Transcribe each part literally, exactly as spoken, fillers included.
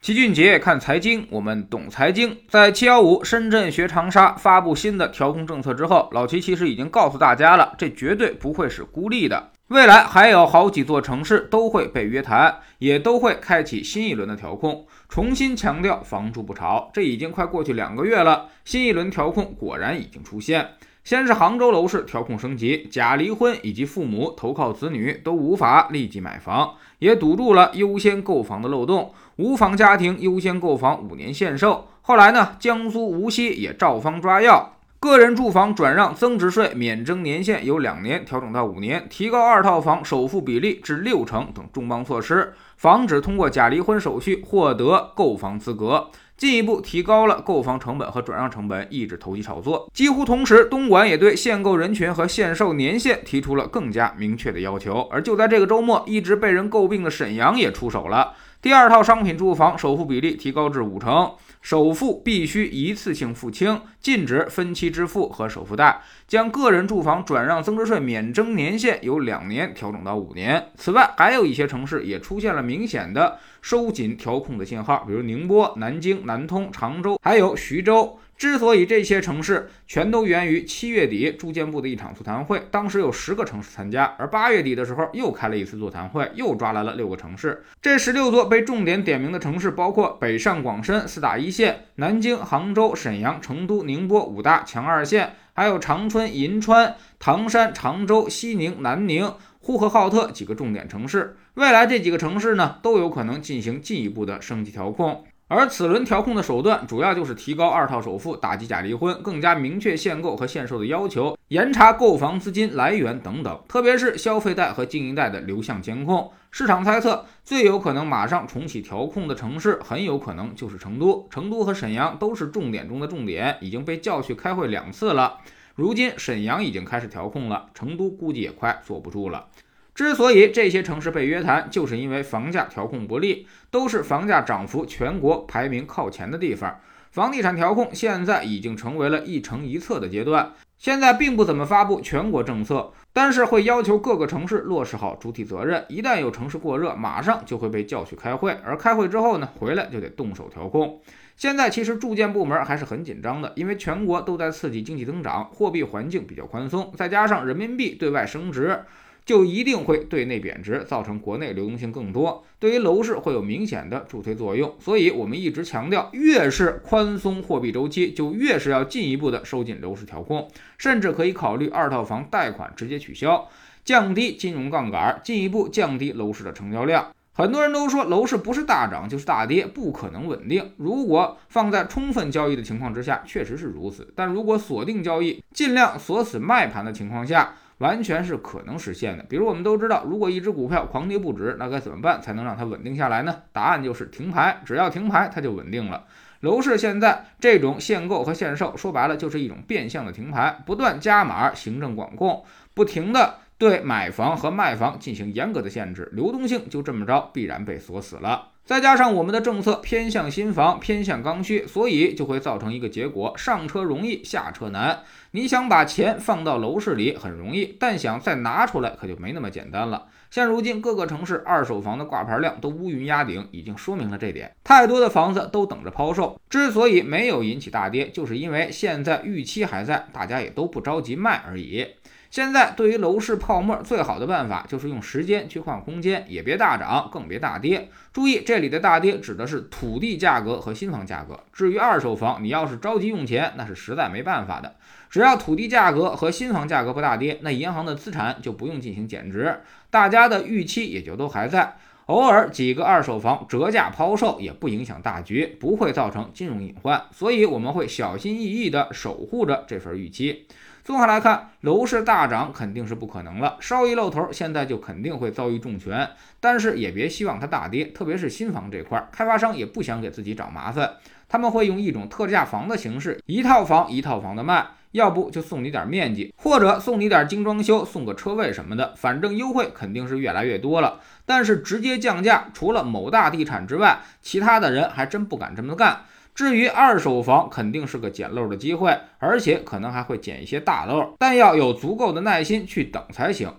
齐俊杰看财经，我们懂财经。在七一五深圳学长沙发布新的调控政策之后，老齐其实已经告诉大家了，这绝对不会是孤立的。未来还有好几座城市都会被约谈，也都会开启新一轮的调控，重新强调房住不炒。这已经快过去两个月了，新一轮调控果然已经出现。先是杭州楼市调控升级，假离婚以及父母投靠子女都无法立即买房，也堵住了优先购房的漏洞，无房家庭优先购房五年限售。后来呢，江苏无锡也照方抓药，个人住房转让增值税免征年限由两年调整到五年，提高二套房首付比例至六成等重磅措施，防止通过假离婚手续获得购房资格，进一步提高了购房成本和转让成本，抑制投机炒作。几乎同时，东莞也对限购人群和限售年限提出了更加明确的要求。而就在这个周末，一直被人诟病的沈阳也出手了，第二套商品住房首付比例提高至五成，首付必须一次性付清，禁止分期支付和首付贷，将个人住房转让增值税免征年限由两年调整到五年。此外，还有一些城市也出现了明显的收紧调控的信号，比如宁波、南京、南通、常州还有徐州。之所以这些城市全都源于七月底住建部的一场座谈会，当时有十个城市参加，而八月底的时候又开了一次座谈会，又抓来了六个城市。这十六座被重点点名的城市包括北上广深四大一线、南京、杭州、沈阳、成都、宁波五大强二线，还有长春、银川、唐山、常州、西宁、南宁、呼和浩特几个重点城市。未来这几个城市呢，都有可能进行进一步的升级调控。而此轮调控的手段主要就是提高二套首付，打击假离婚，更加明确限购和限售的要求，严查购房资金来源等等，特别是消费贷和经营贷的流向监控。市场猜测最有可能马上重启调控的城市很有可能就是成都。成都和沈阳都是重点中的重点，已经被叫去开会两次了。如今沈阳已经开始调控了，成都估计也快坐不住了。之所以这些城市被约谈，就是因为房价调控不力，都是房价涨幅全国排名靠前的地方。房地产调控现在已经成为了一城一策的阶段，现在并不怎么发布全国政策，但是会要求各个城市落实好主体责任。一旦有城市过热，马上就会被叫去开会，而开会之后呢，回来就得动手调控。现在其实住建部门还是很紧张的，因为全国都在刺激经济增长，货币环境比较宽松，再加上人民币对外升值，就一定会对内贬值，造成国内流动性更多，对于楼市会有明显的助推作用。所以我们一直强调，越是宽松货币周期，就越是要进一步的收紧楼市调控，甚至可以考虑二套房贷款直接取消，降低金融杠杆，进一步降低楼市的成交量。很多人都说楼市不是大涨就是大跌，不可能稳定。如果放在充分交易的情况之下，确实是如此，但如果锁定交易，尽量锁死卖盘的情况下，完全是可能实现的。比如我们都知道，如果一只股票狂跌不止，那该怎么办才能让它稳定下来呢？答案就是停牌，只要停牌它就稳定了。楼市现在这种限购和限售，说白了就是一种变相的停牌，不断加码行政管控，不停的对买房和卖房进行严格的限制，流动性就这么着必然被锁死了。再加上我们的政策偏向新房，偏向刚需，所以就会造成一个结果，上车容易下车难。你想把钱放到楼市里很容易，但想再拿出来可就没那么简单了。现如今各个城市二手房的挂牌量都乌云压顶，已经说明了这点，太多的房子都等着抛售。之所以没有引起大跌，就是因为现在预期还在，大家也都不着急卖而已。现在对于楼市泡沫最好的办法就是用时间去换空间，也别大涨，更别大跌。注意，这里的大跌指的是土地价格和新房价格。至于二手房，你要是着急用钱，那是实在没办法的。只要土地价格和新房价格不大跌，那银行的资产就不用进行减值，大家的预期也就都还在。偶尔几个二手房折价抛售也不影响大局，不会造成金融隐患，所以我们会小心翼翼地守护着这份预期。综合来看，楼市大涨肯定是不可能了，稍一露头，现在就肯定会遭遇重拳，但是也别希望它大跌，特别是新房这块，开发商也不想给自己找麻烦，他们会用一种特价房的形式，一套房一套房的卖，要不就送你点面积，或者送你点精装修，送个车位什么的，反正优惠肯定是越来越多了。但是直接降价，除了某大地产之外，其他的人还真不敢这么干。至于二手房，肯定是个捡漏的机会，而且可能还会捡一些大漏，但要有足够的耐心去等才行。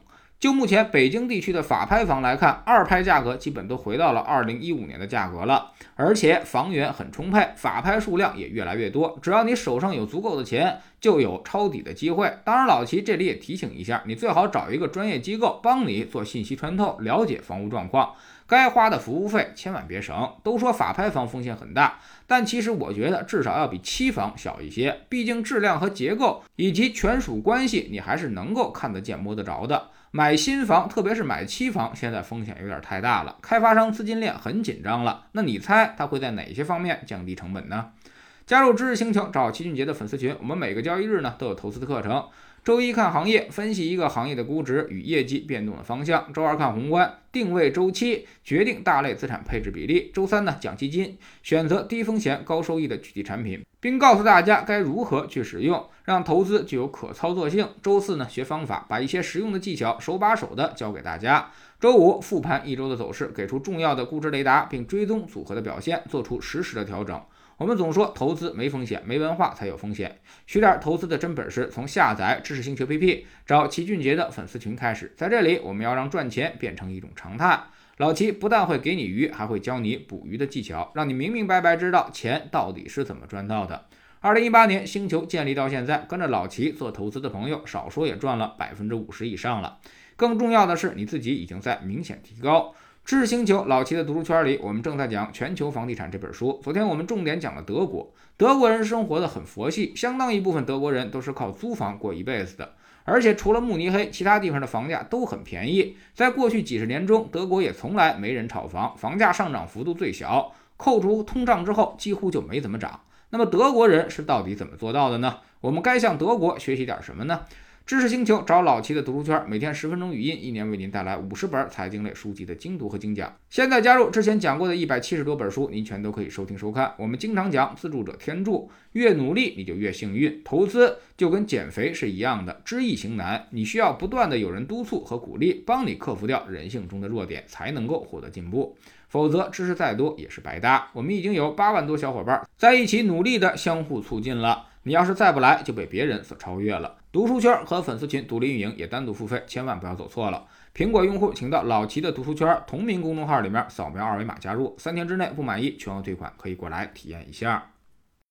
就目前北京地区的法拍房来看，二拍价格基本都回到了二零一五年的价格了，而且房源很充沛，法拍数量也越来越多，只要你手上有足够的钱，就有抄底的机会。当然老齐这里也提醒一下，你最好找一个专业机构帮你做信息穿透，了解房屋状况，该花的服务费千万别省。都说法拍房风险很大，但其实我觉得至少要比期房小一些，毕竟质量和结构以及权属关系你还是能够看得见摸得着的。买新房，特别是买期房，现在风险有点太大了，开发商资金链很紧张了。那你猜他会在哪些方面降低成本呢？加入知识星球，找齐俊杰的粉丝群，我们每个交易日呢都有投资的课程。周一看行业，分析一个行业的估值与业绩变动的方向；周二看宏观，定位周期，决定大类资产配置比例；周三呢讲基金，选择低风险高收益的具体产品，并告诉大家该如何去使用，让投资具有可操作性。周四呢学方法，把一些实用的技巧手把手的教给大家。周五复盘一周的走势，给出重要的估值雷达，并追踪组合的表现，做出实时的调整。我们总说投资没风险，没文化才有风险。学点投资的真本事，从下载知识星球 A P P， 找齐俊杰的粉丝群开始。在这里，我们要让赚钱变成一种常态。老齐不但会给你鱼，还会教你捕鱼的技巧，让你明明白白知道钱到底是怎么赚到的。二零一八年星球建立到现在，跟着老齐做投资的朋友，少说也赚了 百分之五十 以上了。更重要的是，你自己已经在明显提高。知识星球老齐的读书圈里，我们正在讲《全球房地产》这本书。昨天我们重点讲了德国，德国人生活的很佛系，相当一部分德国人都是靠租房过一辈子的。而且除了慕尼黑，其他地方的房价都很便宜。在过去几十年中，德国也从来没人炒房，房价上涨幅度最小，扣除通胀之后几乎就没怎么涨。那么德国人是到底怎么做到的呢？我们该向德国学习点什么呢？知识星球找老齐的读书圈，每天十分钟语音，一年为您带来五十本财经类书籍的精读和精讲。现在加入，之前讲过的一百七十多本书，您全都可以收听收看。我们经常讲自助者天助，越努力你就越幸运。投资就跟减肥是一样的，知易行难，你需要不断的有人督促和鼓励，帮你克服掉人性中的弱点，才能够获得进步。否则知识再多也是白搭。我们已经有八万多小伙伴在一起努力的相互促进了，你要是再不来，就被别人所超越了。读书圈和粉丝群独立运营也单独付费，千万不要走错了。苹果用户请到老齐的读书圈同名公众号里面扫描二维码加入，三天之内不满意全额退款，可以过来体验一下。